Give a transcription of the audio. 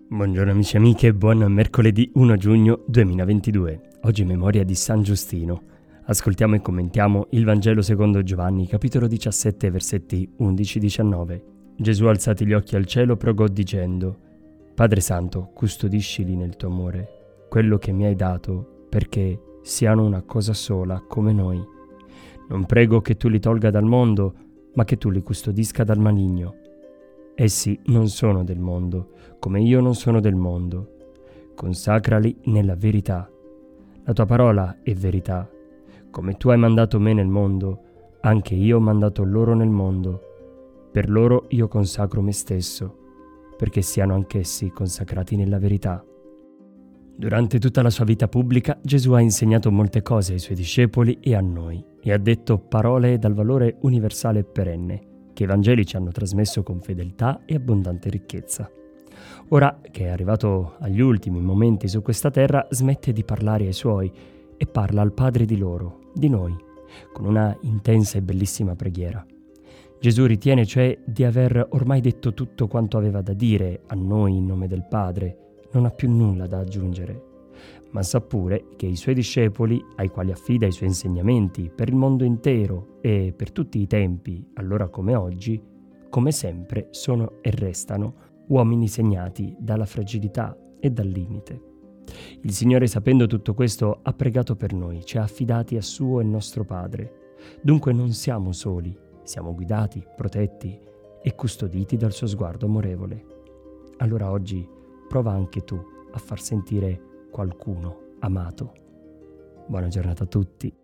Buongiorno amici e amiche, buon mercoledì 1 giugno 2022. Oggi è memoria di San Giustino. Ascoltiamo e commentiamo il Vangelo secondo Giovanni, capitolo 17, versetti 11-19. Gesù, alzati gli occhi al cielo, pregò dicendo: Padre Santo, custodiscili nel tuo amore, quello che mi hai dato, perché siano una cosa sola come noi. Non prego che tu li tolga dal mondo, ma che tu li custodisca dal maligno. Essi non sono del mondo, come io non sono del mondo. Consacrali nella verità. La tua parola è verità. Come tu hai mandato me nel mondo, anche io ho mandato loro nel mondo. Per loro io consacro me stesso, perché siano anch'essi consacrati nella verità. Durante tutta la sua vita pubblica, Gesù ha insegnato molte cose ai suoi discepoli e a noi, e ha detto parole dal valore universale e perenne, che i Vangeli ci hanno trasmesso con fedeltà e abbondante ricchezza. Ora che è arrivato agli ultimi momenti su questa terra, smette di parlare ai suoi e parla al Padre di loro, di noi, con una intensa e bellissima preghiera. Gesù ritiene cioè di aver ormai detto tutto quanto aveva da dire a noi in nome del Padre, non ha più nulla da aggiungere, ma sa pure che i suoi discepoli, ai quali affida i suoi insegnamenti per il mondo intero e per tutti i tempi, allora come oggi, come sempre sono e restano uomini segnati dalla fragilità e dal limite. Il Signore, sapendo tutto questo, ha pregato per noi, ci ha affidati a suo e nostro Padre. Dunque non siamo soli, siamo guidati, protetti e custoditi dal suo sguardo amorevole. Allora oggi prova anche tu a far sentire qualcuno amato. Buona giornata a tutti.